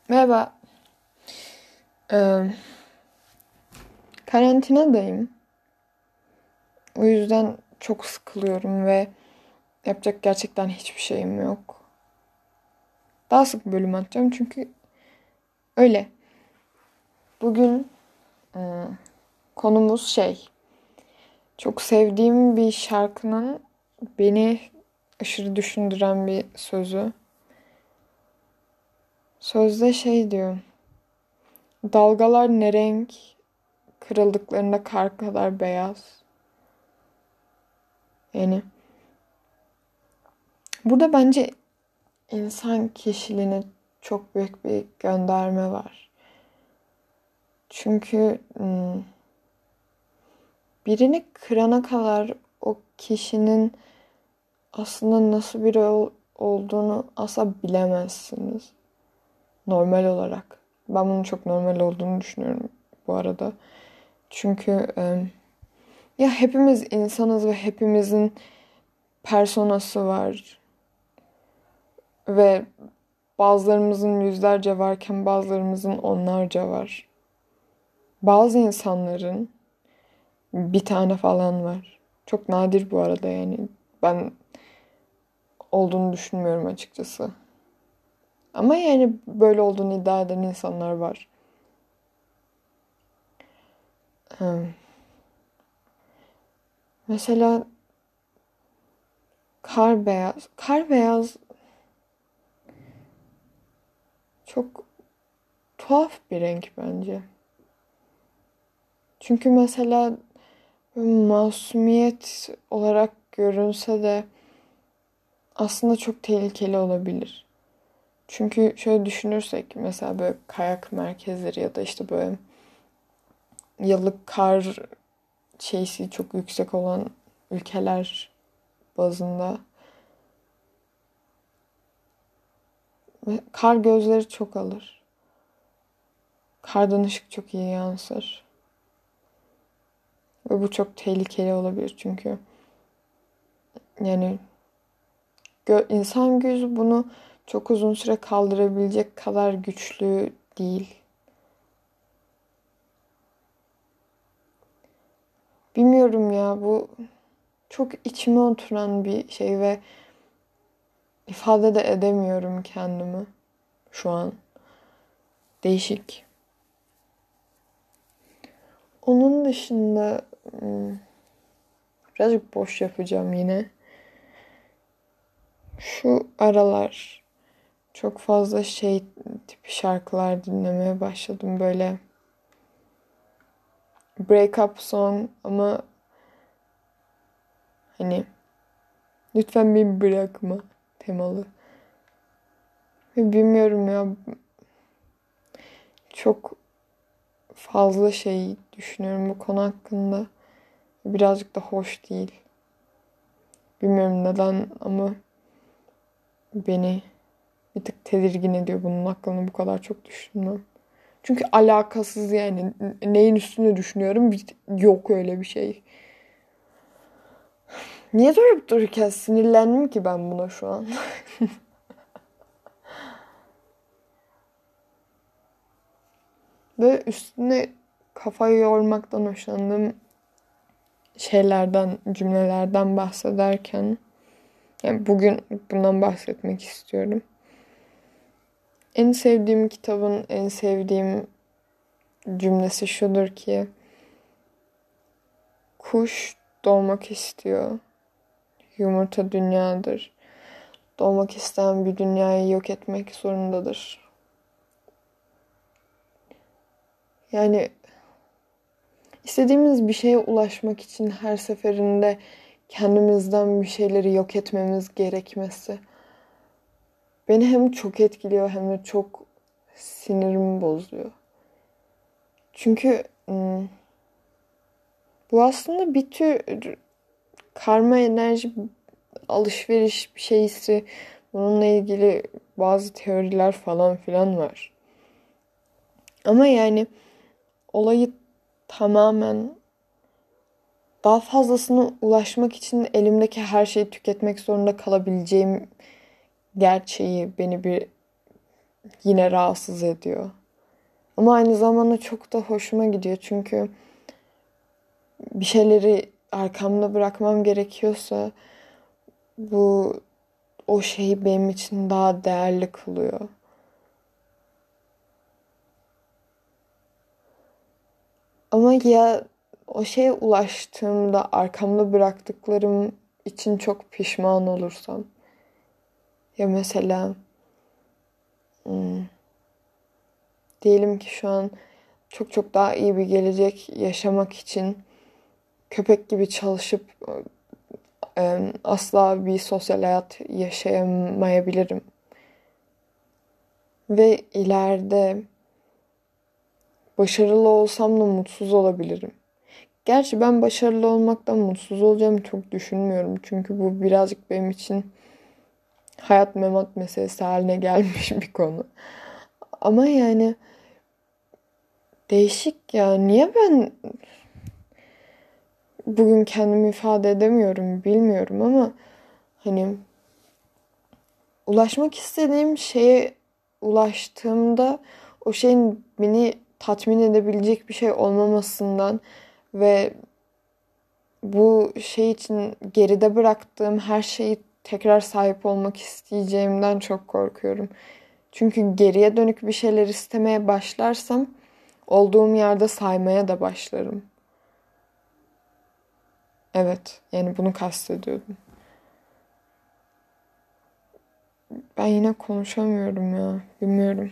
Merhaba. Ee, Karantinadayım. O yüzden çok sıkılıyorum ve yapacak gerçekten hiçbir şeyim yok. Daha sık bölüm atacağım çünkü öyle. Bugün e, konumuz çok sevdiğim bir şarkının beni aşırı düşündüren bir sözü. Sözde diyor. Dalgalar ne renk, kırıldıklarında kar kadar beyaz. Yani burada bence insan kişiliğine çok büyük bir gönderme var. Çünkü birini kırana kadar o kişinin aslında nasıl biri olduğunu asla bilemezsiniz. Normal olarak. Ben bunun çok normal olduğunu düşünüyorum bu arada. Çünkü ya hepimiz insanız ve hepimizin personası var. Ve bazılarımızın yüzlerce varken bazılarımızın onlarca var. Bazı insanların bir tane falan var. Çok nadir bu arada yani. Ben olduğunu düşünmüyorum açıkçası. Ama yani böyle olduğunu iddia eden insanlar var. Hmm. Mesela kar beyaz. Kar beyaz çok tuhaf bir renk bence. Çünkü mesela masumiyet olarak görünse de aslında çok tehlikeli olabilir. Çünkü şöyle düşünürsek mesela böyle kayak merkezleri ya da işte böyle yıllık kar şeysi çok yüksek olan ülkeler bazında ve kar gözleri çok alır. Kardan ışık çok iyi yansır. Ve bu çok tehlikeli olabilir çünkü yani insan gözü bunu çok uzun süre kaldırabilecek kadar güçlü değil. Bilmiyorum ya, bu çok içime oturan bir şey ve ifade de edemiyorum kendimi şu an. Değişik. Onun dışında birazcık boş yapacağım yine. Şu aralar çok fazla tipi şarkılar dinlemeye başladım. Böyle breakup song ama hani lütfen beni bırakma temalı. Ve bilmiyorum ya, çok fazla şey düşünüyorum bu konu hakkında. Birazcık da hoş değil. Bilmiyorum neden ama beni bir tık tedirgin ediyor bunun hakkında bu kadar çok düşünmem. Çünkü alakasız yani. Neyin üstüne düşünüyorum? Yok öyle bir şey. Niye durup dururken sinirlendim ki ben buna şu an? Böyle üstüne kafayı yormaktan hoşlandığım cümlelerden bahsederken yani bugün bundan bahsetmek istiyorum. En sevdiğim kitabın en sevdiğim cümlesi şudur ki: kuş doğmak istiyor. Yumurta dünyadır. Doğmak isteyen bir dünyayı yok etmek zorundadır. Yani istediğimiz bir şeye ulaşmak için her seferinde kendimizden bir şeyleri yok etmemiz gerekmesi beni hem çok etkiliyor hem de çok sinirimi bozuyor. Çünkü bu aslında bir tür karma enerji alışveriş bir şeysi. Bununla ilgili bazı teoriler falan filan var. Ama yani olayı tamamen daha fazlasına ulaşmak için elimdeki her şeyi tüketmek zorunda kalabileceğim gerçeği beni bir yine rahatsız ediyor. Ama aynı zamanda çok da hoşuma gidiyor. Çünkü bir şeyleri arkamda bırakmam gerekiyorsa bu o şeyi benim için daha değerli kılıyor. Ama ya o şeye ulaştığımda arkamda bıraktıklarım için çok pişman olursam. Ya mesela diyelim ki şu an çok çok daha iyi bir gelecek yaşamak için köpek gibi çalışıp asla bir sosyal hayat yaşayamayabilirim. Ve ileride başarılı olsam da mutsuz olabilirim. Gerçi ben başarılı olmaktan mutsuz olacağımı çok düşünmüyorum. Çünkü bu birazcık benim için hayat memat meselesi haline gelmiş bir konu. Ama yani değişik ya. Niye ben bugün kendimi ifade edemiyorum bilmiyorum ama hani ulaşmak istediğim şeye ulaştığımda o şeyin beni tatmin edebilecek bir şey olmamasından ve bu şey için geride bıraktığım her şeyi tekrar sahip olmak isteyeceğimden çok korkuyorum. Çünkü geriye dönük bir şeyler istemeye başlarsam olduğum yerde saymaya da başlarım. Evet, yani bunu kastediyordum. Ben yine konuşamıyorum ya, bilmiyorum.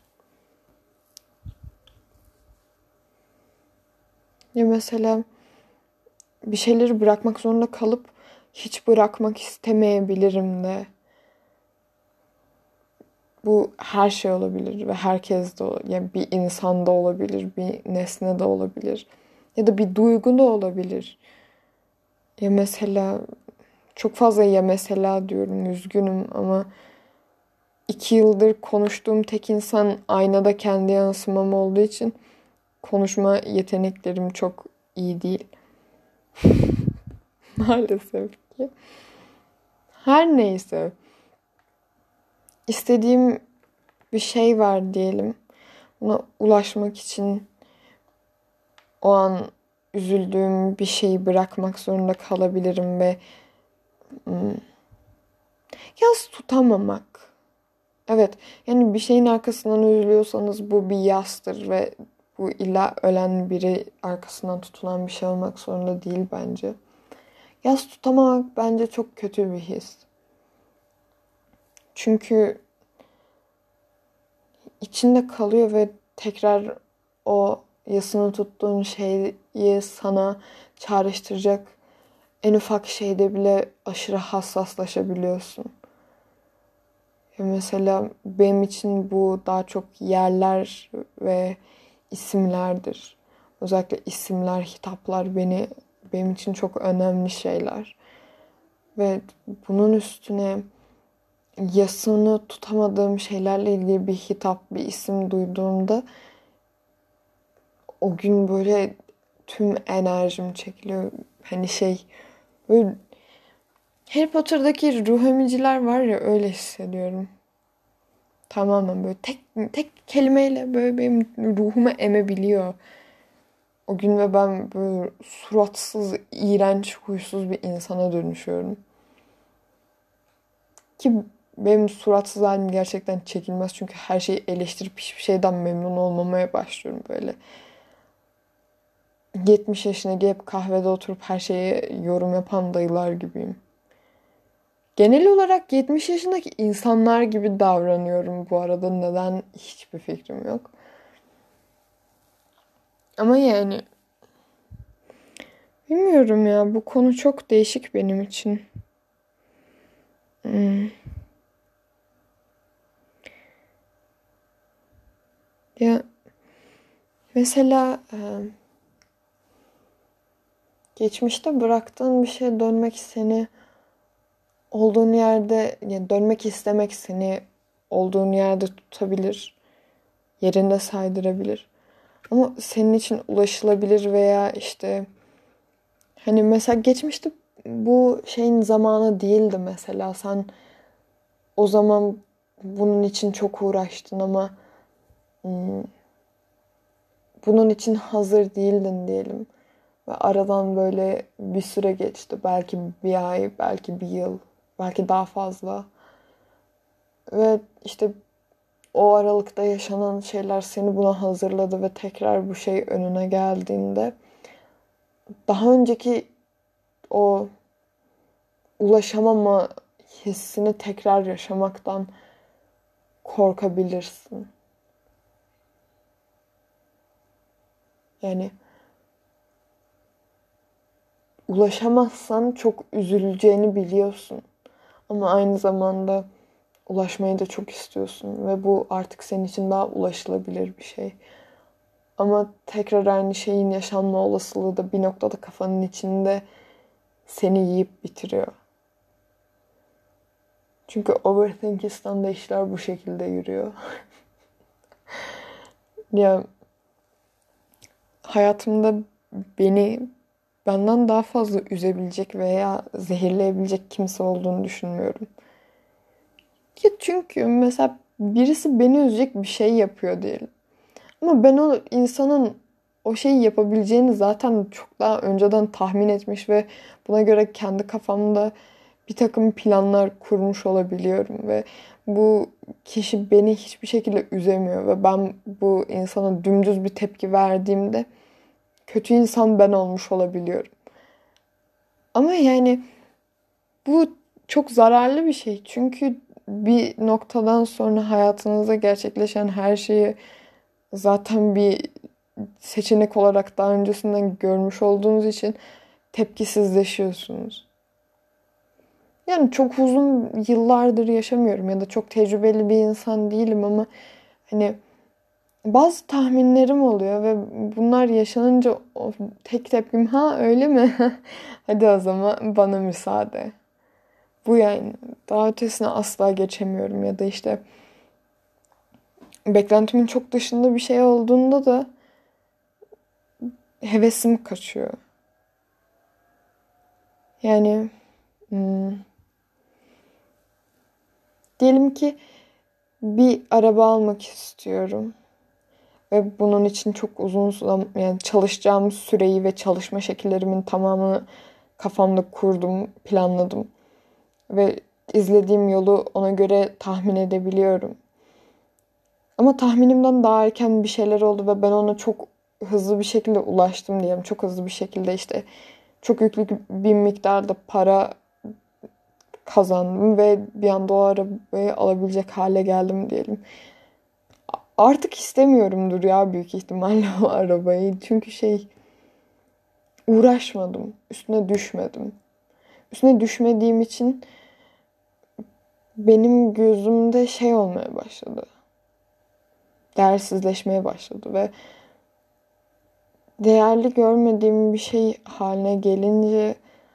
Ya mesela bir şeyleri bırakmak zorunda kalıp hiç bırakmak istemeyebilirim de. Bu her şey olabilir ve herkes de yani bir insan da olabilir, bir nesne de olabilir. Ya da bir duygu da olabilir. Ya mesela çok fazla ya mesela diyorum üzgünüm ama 2 yıldır konuştuğum tek insan aynada kendi yansımam olduğu için konuşma yeteneklerim çok iyi değil. Maalesef ki. Her neyse. İstediğim bir şey var diyelim. Buna ulaşmak için o an üzüldüğüm bir şeyi bırakmak zorunda kalabilirim ve hmm, yas tutamamak. Evet, yani bir şeyin arkasından üzülüyorsanız bu bir yastır ve bu illa ölen biri arkasından tutulan bir şey olmak zorunda değil bence. Yas tutamamak bence çok kötü bir his. Çünkü içinde kalıyor ve tekrar o yasını tuttuğun şeyi sana çağrıştıracak en ufak şeyde bile aşırı hassaslaşabiliyorsun. Ya mesela benim için bu daha çok yerler ve isimlerdir. Özellikle isimler, hitaplar benim için çok önemli şeyler. Ve bunun üstüne yasını tutamadığım şeylerle ilgili bir hitap, bir isim duyduğumda o gün böyle tüm enerjim çekiliyor. Hani böyle Harry Potter'daki ruh emiciler var ya öyle hissediyorum. Tamamen böyle tek kelimeyle böyle benim ruhumu emebiliyor. O gün ve ben böyle suratsız, iğrenç, huysuz bir insana dönüşüyorum. Ki benim suratsız halim gerçekten çekilmez. Çünkü her şeyi eleştirip hiçbir şeyden memnun olmamaya başlıyorum böyle. 70 yaşına gelip kahvede oturup her şeye yorum yapan dayılar gibiyim. Genel olarak 70 yaşındaki insanlar gibi davranıyorum bu arada. Neden hiçbir fikrim yok. Ama yani bilmiyorum ya bu konu çok değişik benim için. Hmm. Ya mesela geçmişte bıraktığın bir şeye dönmek seni olduğun yerde yani dönmek istemek seni olduğun yerde tutabilir. Yerinde saydırabilir. Ama senin için ulaşılabilir veya işte hani mesela geçmişte bu şeyin zamanı değildi mesela. Sen o zaman bunun için çok uğraştın ama bunun için hazır değildin diyelim. Ve aradan böyle bir süre geçti. Belki bir ay, belki bir yıl, belki daha fazla. Ve işte o aralıkta yaşanan şeyler seni buna hazırladı ve tekrar bu şey önüne geldiğinde daha önceki o ulaşamama hissini tekrar yaşamaktan korkabilirsin. Yani ulaşamazsan çok üzüleceğini biliyorsun. Ama aynı zamanda ulaşmayı da çok istiyorsun ve bu artık senin için daha ulaşılabilir bir şey. Ama tekrar aynı şeyin yaşanma olasılığı da bir noktada kafanın içinde seni yiyip bitiriyor. Çünkü overthinking'den işler bu şekilde yürüyor. Ya hayatımda beni benden daha fazla üzebilecek veya zehirleyebilecek kimse olduğunu düşünmüyorum. Ya çünkü mesela birisi beni üzecek bir şey yapıyor diyelim. Ama ben o insanın o şeyi yapabileceğini zaten çok daha önceden tahmin etmiş ve buna göre kendi kafamda bir takım planlar kurmuş olabiliyorum ve bu kişi beni hiçbir şekilde üzemiyor ve ben bu insana dümdüz bir tepki verdiğimde kötü insan ben olmuş olabiliyorum. Ama yani bu çok zararlı bir şey. Çünkü bir noktadan sonra hayatınızda gerçekleşen her şeyi zaten bir seçenek olarak daha öncesinden görmüş olduğunuz için tepkisizleşiyorsunuz. Yani çok uzun yıllardır yaşamıyorum ya da çok tecrübeli bir insan değilim ama hani bazı tahminlerim oluyor ve bunlar yaşanınca o tek tepkim ha öyle mi? Hadi o zaman bana müsaade. Bu yani daha ötesine asla geçemiyorum ya da işte beklentimin çok dışında bir şey olduğunda da hevesim kaçıyor. Yani diyelim ki bir araba almak istiyorum ve bunun için çok uzun zaman yani çalışacağım süreyi ve çalışma şekillerimin tamamını kafamda kurdum, planladım ve izlediğim yolu ona göre tahmin edebiliyorum. Ama tahminimden daha erken bir şeyler oldu ve ben ona çok hızlı bir şekilde ulaştım diyelim. Çok hızlı bir şekilde işte çok yüklü bir miktarda para kazandım ve bir anda o arabayı alabilecek hale geldim diyelim. Artık istemiyorumdur ya büyük ihtimalle o arabayı. Çünkü uğraşmadım. Üstüne düşmedim. Üstüne düşmediğim için benim gözümde olmaya başladı. Değersizleşmeye başladı ve değerli görmediğim bir şey haline gelince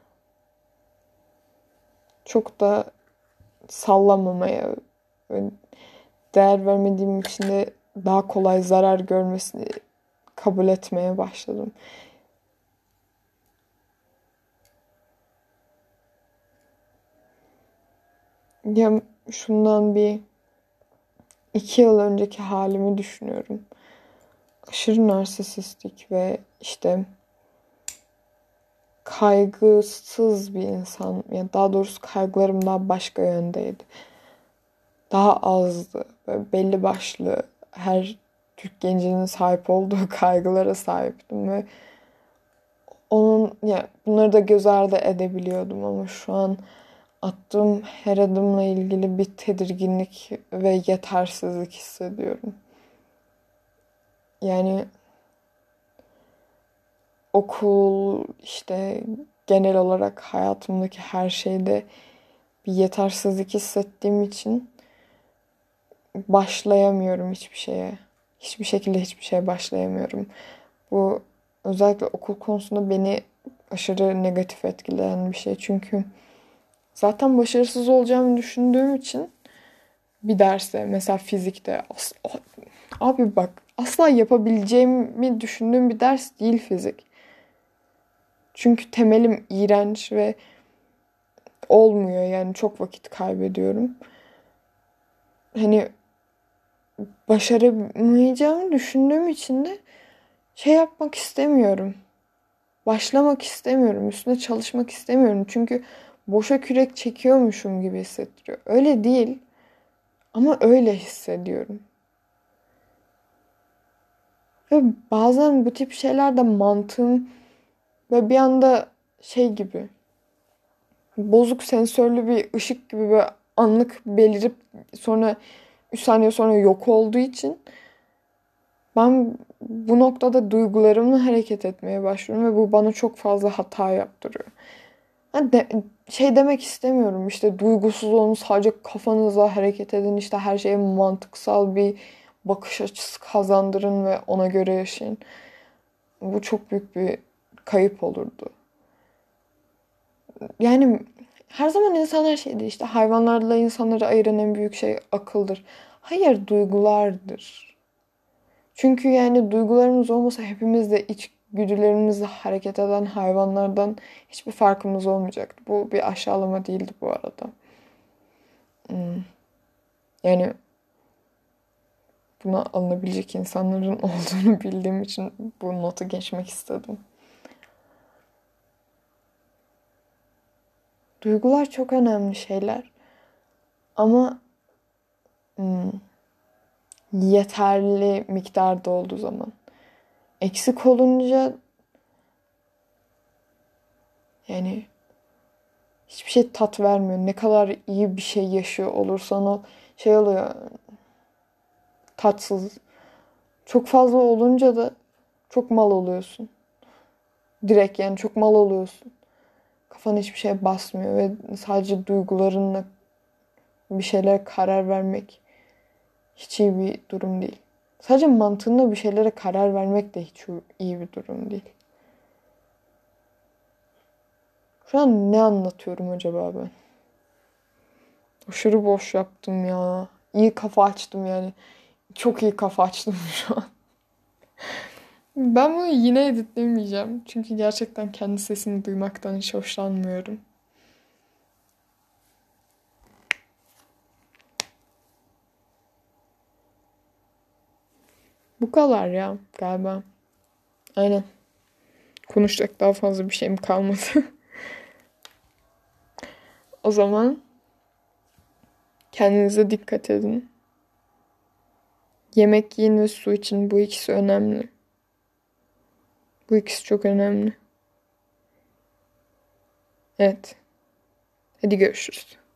çok da sallamamaya ve değer vermediğim için de daha kolay zarar görmesini kabul etmeye başladım. Ya şundan bir 2 yıl önceki halimi düşünüyorum. Aşırı narsistik ve işte kaygısız bir insan. Yani daha doğrusu kaygılarım daha başka yöndeydi. Daha azdı. Böyle belli başlı her Türk gencinin sahip olduğu kaygılara sahiptim ve bunları da göz ardı edebiliyordum ama şu an attığım her adımla ilgili bir tedirginlik ve yetersizlik hissediyorum. Yani okul işte genel olarak hayatımdaki her şeyde bir yetersizlik hissettiğim için başlayamıyorum hiçbir şeye. Hiçbir şekilde hiçbir şeye başlayamıyorum. Bu özellikle okul konusunda beni aşırı negatif etkileyen bir şey. Çünkü zaten başarısız olacağımı düşündüğüm için bir derste mesela fizikte abi bak asla yapabileceğimi düşündüğüm bir ders değil fizik. Çünkü temelim iğrenç ve olmuyor yani çok vakit kaybediyorum. hani başaramayacağımı düşündüğüm için de şey yapmak istemiyorum. Başlamak istemiyorum. Üstüne çalışmak istemiyorum. Çünkü boşa kürek çekiyormuşum gibi hissettiriyor. Öyle değil ama öyle hissediyorum. Ve bazen bu tip şeylerde mantığım ve bir anda şey gibi bozuk sensörlü bir ışık gibi böyle anlık belirip sonra 3 saniye sonra yok olduğu için ben bu noktada duygularımla hareket etmeye başlıyorum ve bu bana çok fazla hata yaptırıyor. Ha şey demek istemiyorum işte duygusuz olun, sadece kafanızla hareket edin, işte her şeye mantıksal bir bakış açısı kazandırın ve ona göre yaşayın. Bu çok büyük bir kayıp olurdu. Yani her zaman insanlar şeydir, işte hayvanlarla insanları ayıran en büyük şey akıldır. Hayır, duygulardır. Çünkü yani duygularımız olmasa hepimiz de içgüdülerimizle hareket eden hayvanlardan hiçbir farkımız olmayacaktı. Bu bir aşağılama değildi bu arada. Yani buna alınabilecek insanların olduğunu bildiğim için bu notu geçmek istedim. Duygular çok önemli şeyler. Ama yeterli miktarda olduğu zaman. Eksik olunca yani hiçbir şey tat vermiyor. Ne kadar iyi bir şey yaşıyor olursan o şey oluyor, tatsız. Çok fazla olunca da çok mal oluyorsun. Direkt yani çok mal oluyorsun. Kafana hiçbir şey basmıyor ve sadece duygularınla bir şeylere karar vermek hiç iyi bir durum değil. Sadece mantığınla bir şeylere karar vermek de hiç iyi bir durum değil. Şu an ne anlatıyorum acaba ben? Aşırı boş yaptım ya. İyi kafa açtım yani. Çok iyi kafa açtım şu an. Ben bunu yine editlemeyeceğim. Çünkü gerçekten kendi sesimi duymaktan hiç hoşlanmıyorum. Bu kadar ya galiba. Aynen. Konuşacak daha fazla bir şeyim kalmadı. O zaman kendinize dikkat edin. Yemek yiyin ve su için, bu ikisi önemli. Bu ikisi çok önemli. Evet. Hadi görüşürüz.